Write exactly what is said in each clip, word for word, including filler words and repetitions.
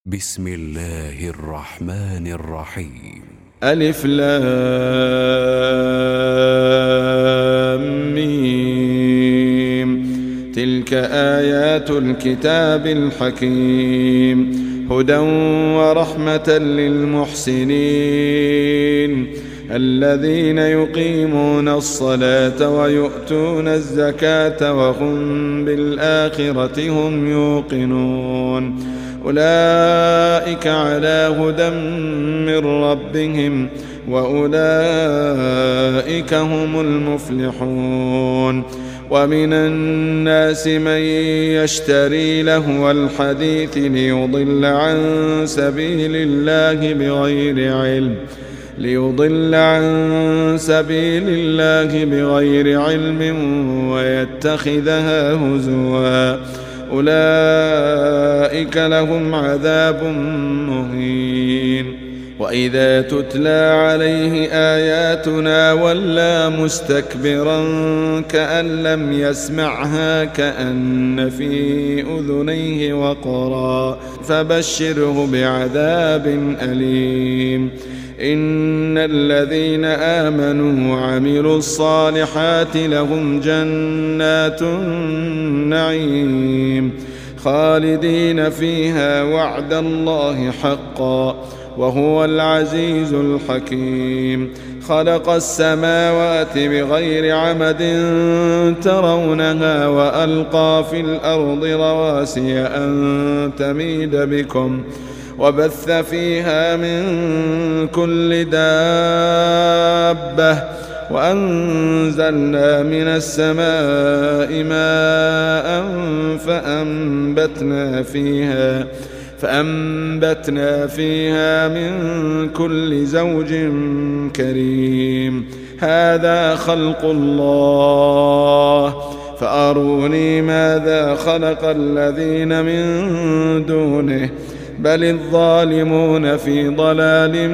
بسم الله الرحمن الرحيم. ألف لام ميم. تلك آيات الكتاب الحكيم، هدى ورحمة للمحسنين الذين يقيمون الصلاة ويؤتون الزكاة وهم بالآخرة هم يوقنون. أولئك على هدى من ربهم وأولئك هم المفلحون. ومن الناس من يشتري لهو الحديث ليضل عن سبيل الله بغير علم ليضل عن سبيل الله بغير علم ويتخذها هزوا، أولئك لهم عذاب مهين. وإذا تتلى عليه آياتنا ولى مستكبرا كأن لم يسمعها كأن في أذنيه وقرا، فبشره بعذاب أليم. إن الذين آمنوا وعملوا الصالحات لهم جنات النعيم خالدين فيها وعد الله حقا وهو العزيز الحكيم. خلق السماوات بغير عمد ترونها وألقى في الأرض رواسي أن تميد بكم وبث فيها من كل دابة وأنزلنا من السماء ماء فأنبتنا فيها فأنبتنا فيها من كل زوج كريم. هذا خلق الله فأروني ماذا خلق الذين من دونه بل الظالمون في ضلال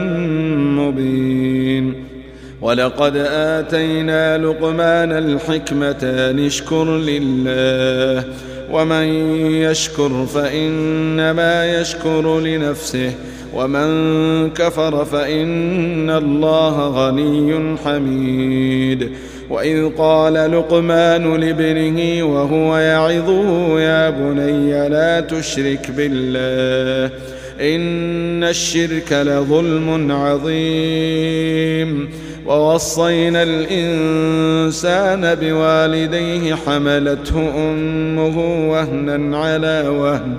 مبين. ولقد آتينا لقمان الحكمة أن اشكر لله ومن يشكر فإنما يشكر لنفسه ومن كفر فإن الله غني حميد. وإذ قال لقمان لابنه وهو يعظه يا بني لا تشرك بالله إن الشرك لظلم عظيم. ووصينا الإنسان بوالديه حملته أمه وهنا على وهن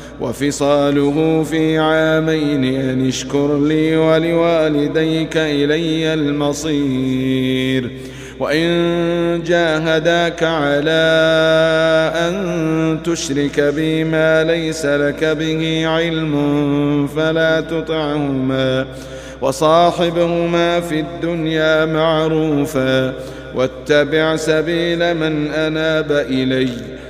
وفصاله في عامين أن اشكر لي ولوالديك إلي المصير. وإن جاهداك على أن تشرك بي ما ليس لك به علم فلا تطعهما وصاحبهما في الدنيا معروفا واتبع سبيل من أناب إلي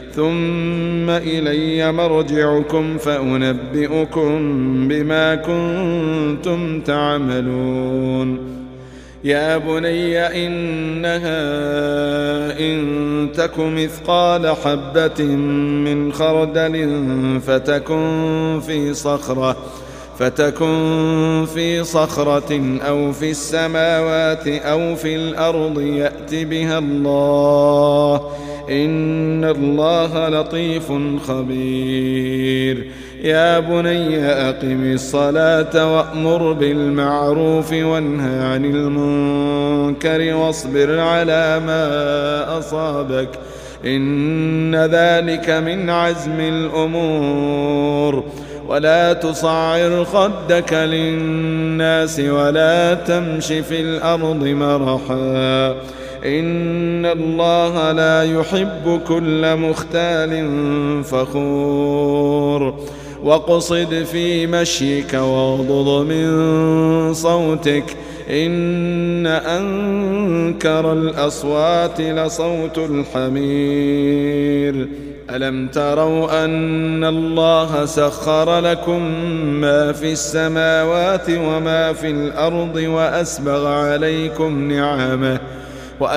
ثم إلي مرجعكم فأنبئكم بما كنتم تعملون. يا بني إنها إن تك مثقال حبة من خردل فتكن في صخرة فتكن في صخرة أو في السماوات أو في الأرض يأت بها الله إن الله لطيف خبير. يا بني أقم الصلاة وأمر بالمعروف وانهى عن المنكر واصبر على ما أصابك إن ذلك من عزم الأمور. ولا تصعر خدك للناس ولا تمش في الأرض مرحا إن الله لا يحب كل مختال فخور. واقصد في مشيك واغضض من صوتك إن أنكر الأصوات لصوت الحمير. ألم تروا أن الله سخر لكم ما في السماوات وما في الأرض وأسبغ عليكم نعمه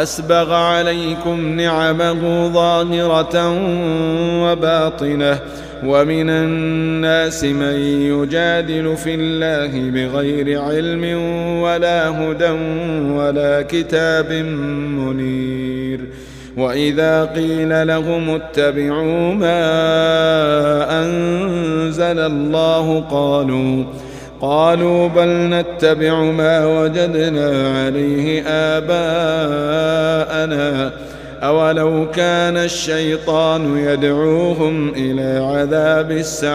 وأسبغ عليكم نعمه ظاهرة وباطنة ومن الناس من يجادل في الله بغير علم ولا هدى ولا كتاب منير. وإذا قيل لهم اتبعوا ما أنزل الله قالوا قالوا بل نتبع ما وجدنا عليه آباءنا أولو كان الشيطان يدعوهم إلى عذاب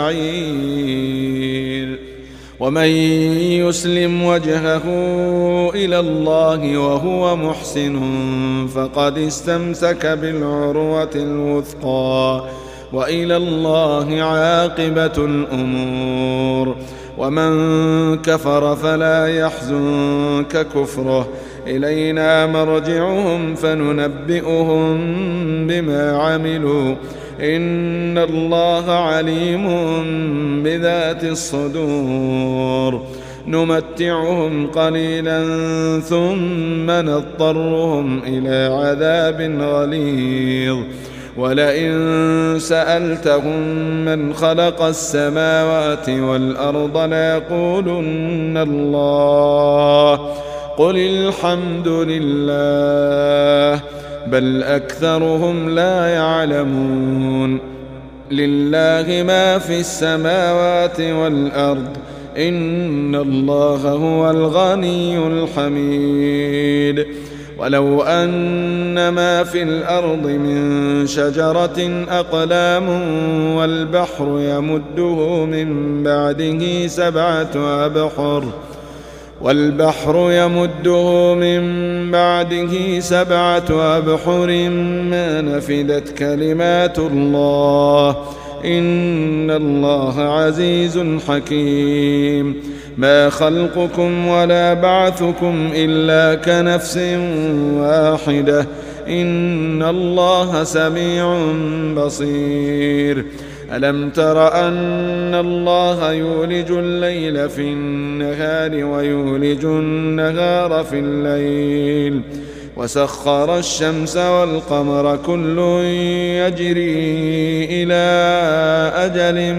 السعير. ومن يسلم وجهه إلى الله وهو محسن فقد استمسك بالعروة الوثقى وإلى الله عاقبة الأمور. ومن كفر فلا يحزنك كفره إلينا مرجعهم فننبئهم بما عملوا إن الله عليم بذات الصدور. نمتعهم قليلا ثم نضطرهم إلى عذاب غليظ. ولئن سألتهم من خلق السماوات والأرض ليقولن الله قل الحمد لله بل أكثرهم لا يعلمون. لله ما في السماوات والأرض إن الله هو الغني الحميد. ولو أن ما في الأرض من شجرة أقلام والبحر يمده من بعده سبعة أبحر والبحر يمده من بعده سبعة أبحر ما نفدت كلمات الله إن الله عزيز حكيم. ما خلقكم ولا بعثكم إلا كنفس واحدة إن الله سميع بصير. ألم تر أن الله يولج الليل في النهار ويولج النهار في الليل وسخر الشمس والقمر كل يجري إلى أجل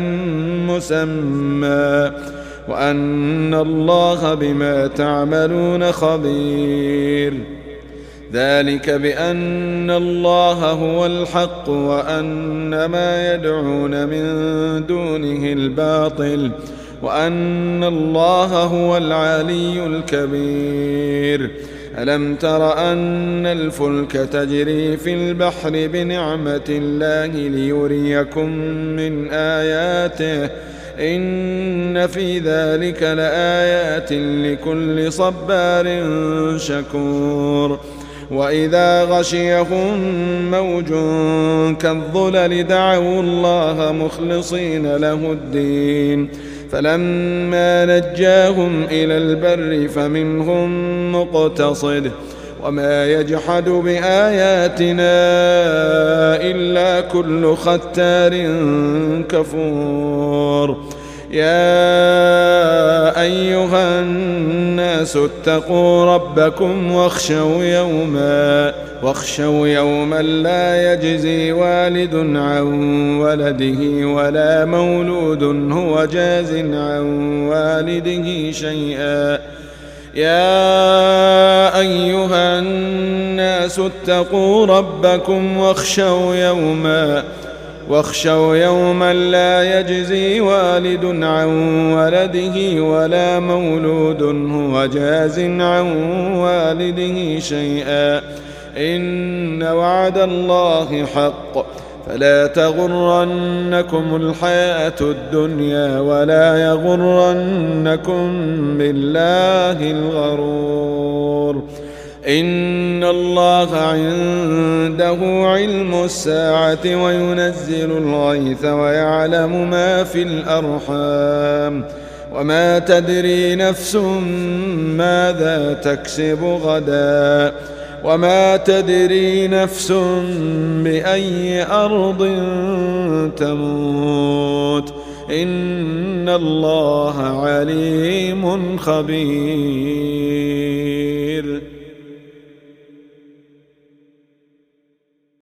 مسمى وأن الله بما تعملون خبير. ذلك بأن الله هو الحق وأن ما يدعون من دونه الباطل وأن الله هو العلي الكبير. ألم تر أن الفلك تجري في البحر بنعمة الله ليريكم من آياته إن في ذلك لآيات لكل صبار شكور. وإذا غشيهم موج كالظلل دعوا الله مخلصين له الدين فلما نجاهم إلى البر فمنهم مقتصد وما يجحد بآياتنا إلا كل ختار كفور. يا أيها الناس اتقوا ربكم واخشوا يوما واخشوا يوما لا يجزي والد عن ولده ولا مولود هو جاز عن والده شيئا. يا أيها الناس اتقوا ربكم واخشوا يوما واخشوا يوما لا يجزي والد عن ولده ولا مولود هو جاز عن والده شيئا إن وعد الله حق فلا تغرنكم الحياة الدنيا ولا يغرنكم بالله الغرور. إن الله عنده علم الساعة وينزل الغيث ويعلم ما في الأرحام وما تدري نفس ماذا تكسب غدا وما تدري نفس بأي أرض تموت إن الله عليم خبير.